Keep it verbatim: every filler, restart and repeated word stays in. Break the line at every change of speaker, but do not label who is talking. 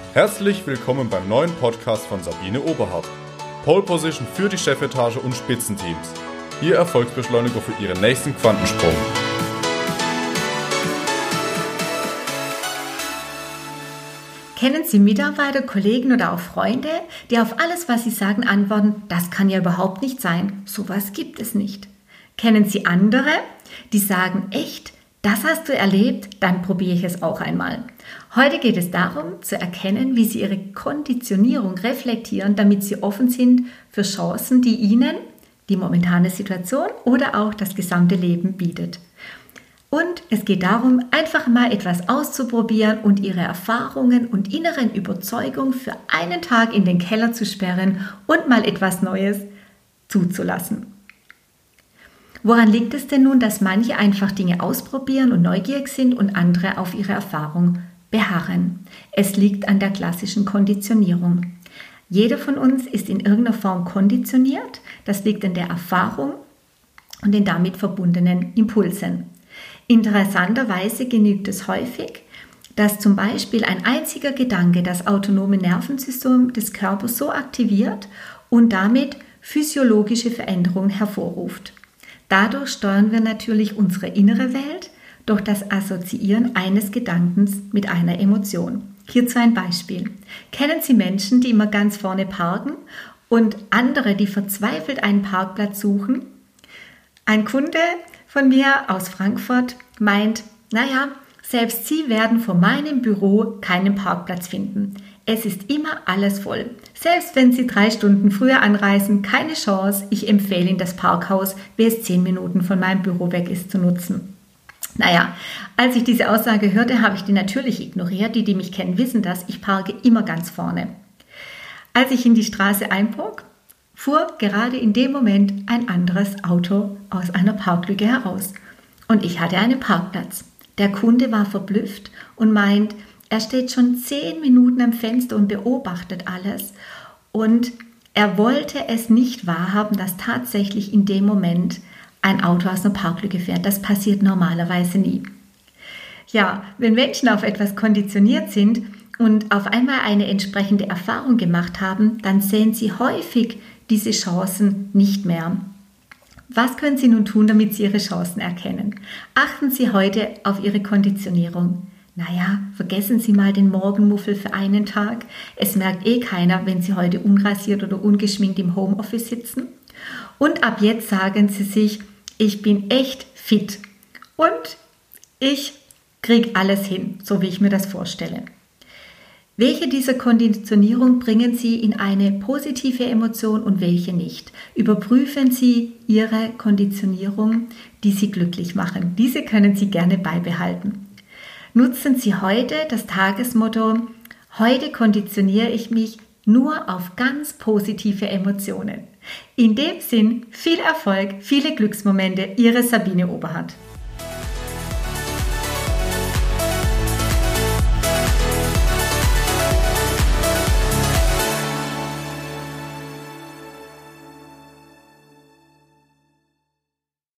Herzlich willkommen beim neuen Podcast von Sabine Oberhardt. Pole Position für die Chefetage und Spitzenteams. Ihr Erfolgsbeschleuniger für Ihren nächsten Quantensprung.
Kennen Sie Mitarbeiter, Kollegen oder auch Freunde, die auf alles, was Sie sagen, antworten, das kann ja überhaupt nicht sein, sowas gibt es nicht. Kennen Sie andere, die sagen, echt, das hast du erlebt, dann probiere ich es auch einmal. Heute geht es darum, zu erkennen, wie Sie Ihre Konditionierung reflektieren, damit Sie offen sind für Chancen, die Ihnen die momentane Situation oder auch das gesamte Leben bietet. Und es geht darum, einfach mal etwas auszuprobieren und Ihre Erfahrungen und inneren Überzeugungen für einen Tag in den Keller zu sperren und mal etwas Neues zuzulassen. Woran liegt es denn nun, dass manche einfach Dinge ausprobieren und neugierig sind und andere auf ihre Erfahrung beharren? Es liegt an der klassischen Konditionierung. Jeder von uns ist in irgendeiner Form konditioniert. Das liegt an der Erfahrung und den damit verbundenen Impulsen. Interessanterweise genügt es häufig, dass zum Beispiel ein einziger Gedanke das autonome Nervensystem des Körpers so aktiviert und damit physiologische Veränderungen hervorruft. Dadurch steuern wir natürlich unsere innere Welt durch das Assoziieren eines Gedankens mit einer Emotion. Hierzu ein Beispiel. Kennen Sie Menschen, die immer ganz vorne parken und andere, die verzweifelt einen Parkplatz suchen? Ein Kunde von mir aus Frankfurt meint, naja, selbst Sie werden vor meinem Büro keinen Parkplatz finden. Es ist immer alles voll. Selbst wenn Sie drei Stunden früher anreisen, keine Chance. Ich empfehle Ihnen das Parkhaus, wie es zehn Minuten von meinem Büro weg ist, zu nutzen. Naja, als ich diese Aussage hörte, habe ich die natürlich ignoriert. Die, die mich kennen, wissen das. Ich parke immer ganz vorne. Als ich in die Straße einbog, fuhr gerade in dem Moment ein anderes Auto aus einer Parklücke heraus. Und ich hatte einen Parkplatz. Der Kunde war verblüfft und meint, er steht schon zehn Minuten am Fenster und beobachtet alles. Und er wollte es nicht wahrhaben, dass tatsächlich in dem Moment ein Auto aus einer Parklücke fährt. Das passiert normalerweise nie. Ja, wenn Menschen auf etwas konditioniert sind und auf einmal eine entsprechende Erfahrung gemacht haben, dann sehen sie häufig diese Chancen nicht mehr. Was können Sie nun tun, damit Sie Ihre Chancen erkennen? Achten Sie heute auf Ihre Konditionierung. Naja, vergessen Sie mal den Morgenmuffel für einen Tag. Es merkt eh keiner, wenn Sie heute unrasiert oder ungeschminkt im Homeoffice sitzen. Und ab jetzt sagen Sie sich, ich bin echt fit und ich kriege alles hin, so wie ich mir das vorstelle. Welche dieser Konditionierung bringen Sie in eine positive Emotion und welche nicht? Überprüfen Sie Ihre Konditionierung, die Sie glücklich machen. Diese können Sie gerne beibehalten. Nutzen Sie heute das Tagesmotto, heute konditioniere ich mich nur auf ganz positive Emotionen. In dem Sinn, viel Erfolg, viele Glücksmomente, Ihre Sabine Oberhardt.